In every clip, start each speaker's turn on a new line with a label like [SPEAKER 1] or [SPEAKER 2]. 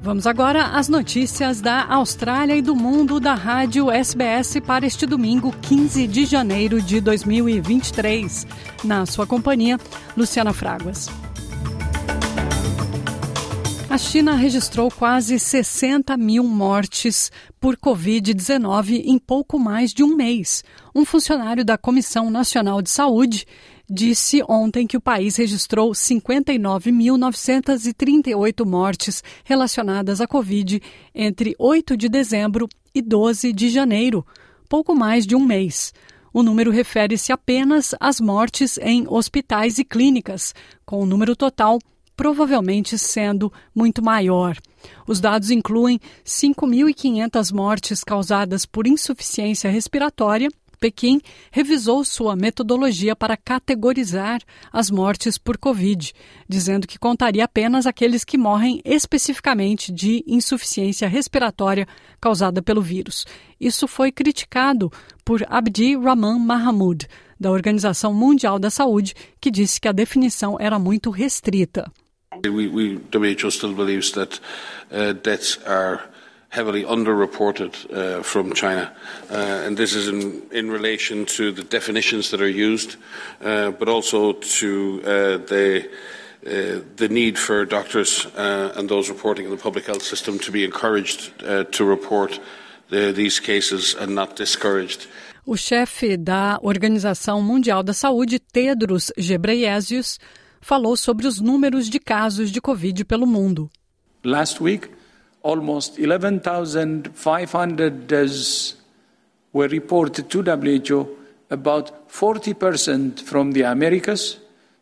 [SPEAKER 1] Vamos agora às notícias da Austrália e do mundo da rádio SBS para este domingo, 15 de janeiro de 2023. Na sua companhia, Luciana Fraguas. A China registrou quase 60 mil mortes por Covid-19 em pouco mais de um mês. Um funcionário da Comissão Nacional de Saúde disse ontem que o país registrou 59.938 mortes relacionadas à Covid entre 8 de dezembro e 12 de janeiro, pouco mais de um mês. O número refere-se apenas às mortes em hospitais e clínicas, com o número total provavelmente sendo muito maior. Os dados incluem 5.500 mortes causadas por insuficiência respiratória. Pequim revisou sua metodologia para categorizar as mortes por Covid, dizendo que contaria apenas aqueles que morrem especificamente de insuficiência respiratória causada pelo vírus. Isso foi criticado por Abdi Rahman Mahmoud, da Organização Mundial da Saúde, que disse que a definição era muito restrita.
[SPEAKER 2] WHO still believes that deaths are heavily underreported from China, and this is in relation to the definitions that are used, but also to the need for doctors and those reporting in the public health system to be encouraged to report these cases and not discouraged.
[SPEAKER 1] O chefe da Organização Mundial da Saúde, Tedros Ghebreyesus, falou sobre os números de casos de Covid pelo mundo.
[SPEAKER 3] Last week, almost 11,500 deaths were reported to WHO, about 40% from the Americas,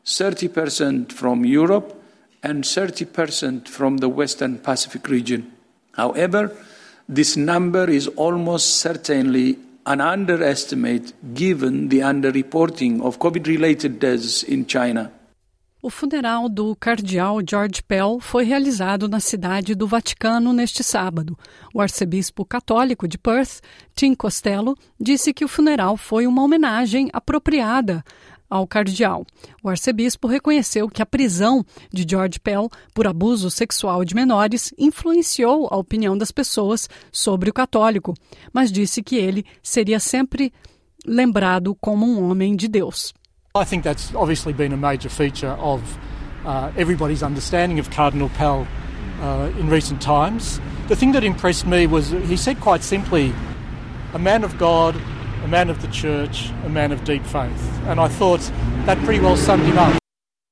[SPEAKER 3] 30% from Europe, and 30% from the Western Pacific region. However, this number is almost certainly an underestimate given the underreporting of COVID-related deaths in China.
[SPEAKER 1] O funeral do cardeal George Pell foi realizado na cidade do Vaticano neste sábado. O arcebispo católico de Perth, Tim Costello, disse que o funeral foi uma homenagem apropriada ao cardeal. O arcebispo reconheceu que a prisão de George Pell por abuso sexual de menores influenciou a opinião das pessoas sobre o católico, mas disse que ele seria sempre lembrado como um homem de Deus.
[SPEAKER 4] I think that's obviously been a major feature of everybody's understanding of Cardinal Pell in recent times. The thing that impressed me was he said quite simply, a man of God, a man of the church, a man of deep faith. And I thought that pretty well summed him up.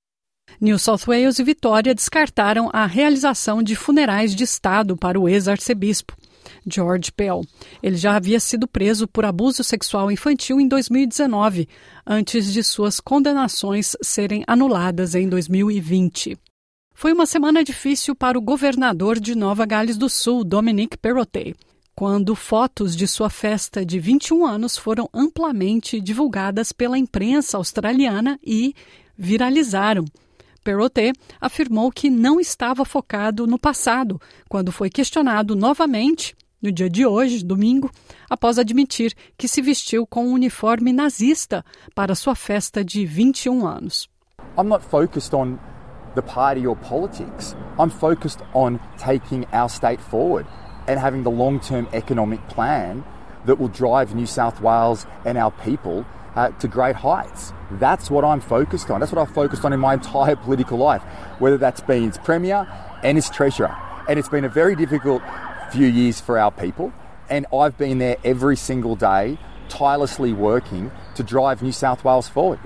[SPEAKER 1] New South Wales e Vitória descartaram a realização de funerais de Estado para o ex-arcebispo George Pell. Ele já havia sido preso por abuso sexual infantil em 2019, antes de suas condenações serem anuladas em 2020. Foi uma semana difícil para o governador de Nova Gales do Sul, Dominic Perrottet, quando fotos de sua festa de 21 anos foram amplamente divulgadas pela imprensa australiana e viralizaram. Perrottet afirmou que não estava focado no passado, quando foi questionado novamente, no dia de hoje, domingo, após admitir que se vestiu com um uniforme nazista para sua festa de 21 anos.
[SPEAKER 5] I'm not focused on the party or politics. I'm focused on taking our state forward and having the long-term economic plan that will drive New South Wales and our people to great heights. That's what I'm focused on. That's what I've focused on in my entire political life, whether that's been as Premier and as Treasurer. And it's been a very difficult few years for our people, and I've been there every single day, tirelessly working to drive New South Wales forward.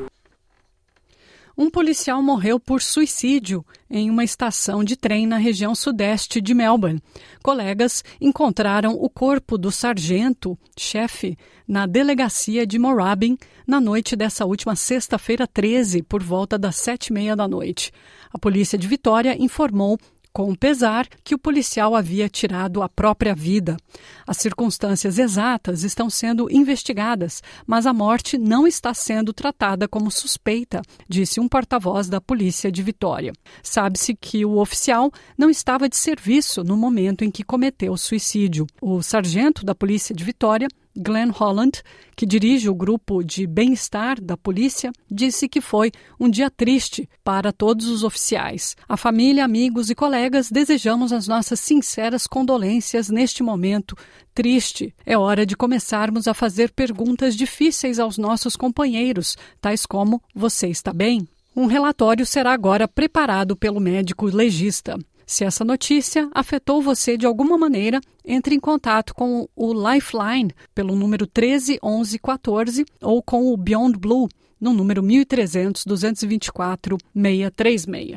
[SPEAKER 1] Um policial morreu por suicídio em uma estação de trem na região sudeste de Melbourne. Colegas encontraram o corpo do sargento-chefe na delegacia de Moorabbin na noite dessa última sexta-feira 13, por volta das 7h30 da noite. A polícia de Vitória informou com pesar que o policial havia tirado a própria vida. As circunstâncias exatas estão sendo investigadas, mas a morte não está sendo tratada como suspeita, disse um porta-voz da polícia de Vitória. Sabe-se que o oficial não estava de serviço no momento em que cometeu o suicídio. O sargento da polícia de Vitória Glenn Holland, que dirige o grupo de bem-estar da polícia, disse que foi um dia triste para todos os oficiais. A família, amigos e colegas desejamos as nossas sinceras condolências neste momento triste. É hora de começarmos a fazer perguntas difíceis aos nossos companheiros, tais como: você está bem? Um relatório será agora preparado pelo médico legista. Se essa notícia afetou você de alguma maneira, entre em contato com o Lifeline pelo número 13 11 14 ou com o Beyond Blue no número 1300 224 636.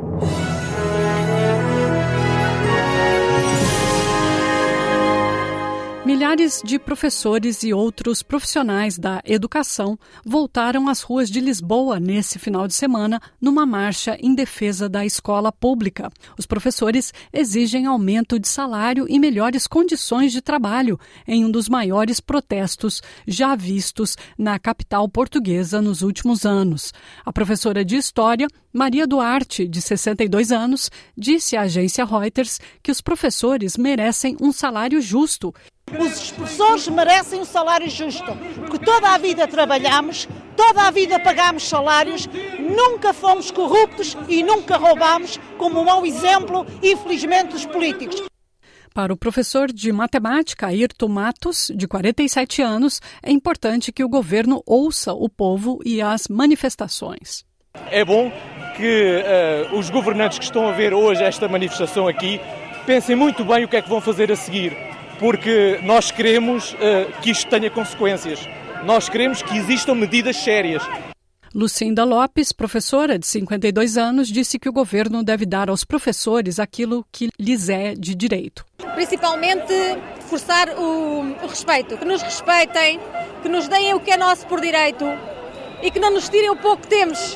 [SPEAKER 1] Milhares de professores e outros profissionais da educação voltaram às ruas de Lisboa nesse final de semana numa marcha em defesa da escola pública. Os professores exigem aumento de salário e melhores condições de trabalho em um dos maiores protestos já vistos na capital portuguesa nos últimos anos. A professora de História, Maria Duarte, de 62 anos, disse à agência Reuters que os professores merecem um salário justo.
[SPEAKER 6] Os professores merecem um salário justo, porque toda a vida trabalhamos, toda a vida pagamos salários, nunca fomos corruptos e nunca roubamos, como um mau exemplo, infelizmente, dos políticos.
[SPEAKER 1] Para o professor de matemática, Ayrton Matos, de 47 anos, é importante que o governo ouça o povo e as manifestações.
[SPEAKER 7] É bom que os governantes que estão a ver hoje esta manifestação aqui pensem muito bem o que é que vão fazer a seguir, porque nós queremos que isto tenha consequências. Nós queremos que existam medidas sérias.
[SPEAKER 1] Lucinda Lopes, professora de 52 anos, disse que o governo deve dar aos professores aquilo que lhes é de direito.
[SPEAKER 8] Principalmente forçar o respeito, que nos respeitem, que nos deem o que é nosso por direito e que não nos tirem o pouco que temos.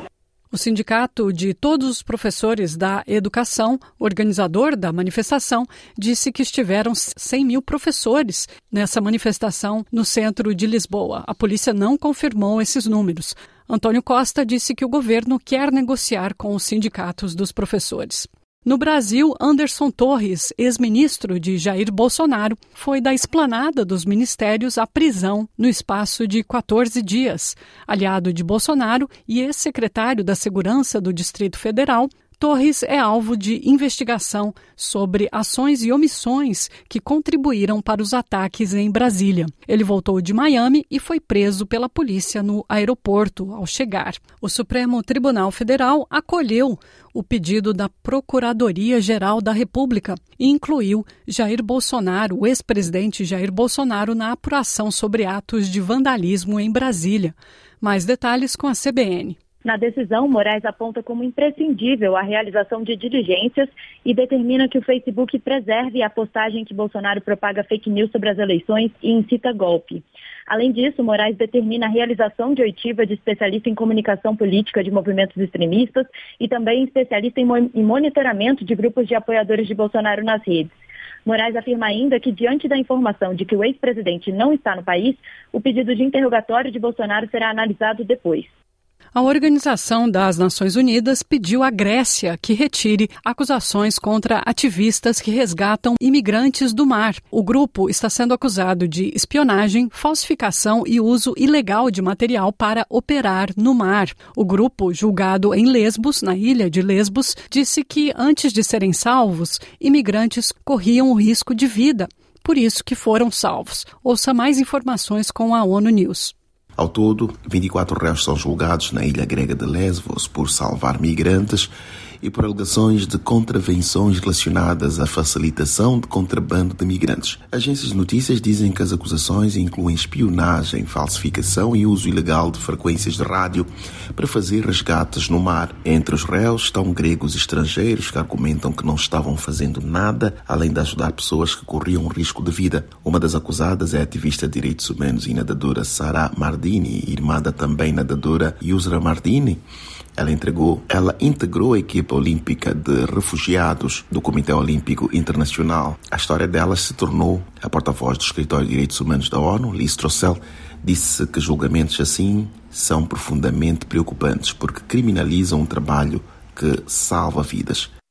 [SPEAKER 1] O Sindicato de Todos os Professores da Educação, organizador da manifestação, disse que estiveram 100 mil professores nessa manifestação no centro de Lisboa. A polícia não confirmou esses números. Antônio Costa disse que o governo quer negociar com os sindicatos dos professores. No Brasil, Anderson Torres, ex-ministro de Jair Bolsonaro, foi da esplanada dos ministérios à prisão no espaço de 14 dias. Aliado de Bolsonaro e ex-secretário da Segurança do Distrito Federal, Torres é alvo de investigação sobre ações e omissões que contribuíram para os ataques em Brasília. Ele voltou de Miami e foi preso pela polícia no aeroporto ao chegar. O Supremo Tribunal Federal acolheu o pedido da Procuradoria-Geral da República e incluiu Jair Bolsonaro, o ex-presidente Jair Bolsonaro, na apuração sobre atos de vandalismo em Brasília. Mais detalhes com a CBN.
[SPEAKER 9] Na decisão, Moraes aponta como imprescindível a realização de diligências e determina que o Facebook preserve a postagem que Bolsonaro propaga fake news sobre as eleições e incita golpe. Além disso, Moraes determina a realização de oitiva de especialista em comunicação política de movimentos extremistas e também especialista em monitoramento de grupos de apoiadores de Bolsonaro nas redes. Moraes afirma ainda que, diante da informação de que o ex-presidente não está no país, o pedido de interrogatório de Bolsonaro será analisado depois.
[SPEAKER 1] A Organização das Nações Unidas pediu à Grécia que retire acusações contra ativistas que resgatam imigrantes do mar. O grupo está sendo acusado de espionagem, falsificação e uso ilegal de material para operar no mar. O grupo, julgado em Lesbos, na ilha de Lesbos, disse que, antes de serem salvos, imigrantes corriam o risco de vida. Por isso que foram salvos. Ouça mais informações com a ONU News.
[SPEAKER 10] Ao todo, 24 réus são julgados na ilha grega de Lesbos por salvar migrantes e por alegações de contravenções relacionadas à facilitação de contrabando de migrantes. Agências de notícias dizem que as acusações incluem espionagem, falsificação e uso ilegal de frequências de rádio para fazer resgates no mar. Entre os réus estão gregos estrangeiros que argumentam que não estavam fazendo nada além de ajudar pessoas que corriam risco de vida. Uma das acusadas é a ativista de direitos humanos e nadadora Sara Mardini, irmã da também nadadora Yusra Mardini. Ela integrou a equipa olímpica de refugiados do Comitê Olímpico Internacional. A história delas se tornou a porta-voz do Escritório de Direitos Humanos da ONU. Liz Throssell disse que julgamentos assim são profundamente preocupantes porque criminalizam um trabalho que salva vidas.